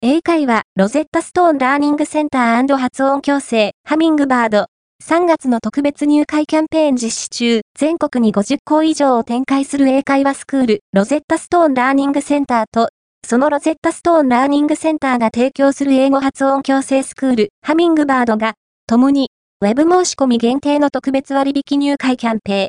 英会話ロゼッタストーンラーニングセンター&発音矯正ハミングバード3月の特別入会キャンペーン実施中、全国に50校以上を展開する英会話スクールロゼッタストーンラーニングセンターと、そのロゼッタストーンラーニングセンターが提供する英語発音矯正スクールハミングバードが、共にウェブ申し込み限定の特別割引入会キャンペーン。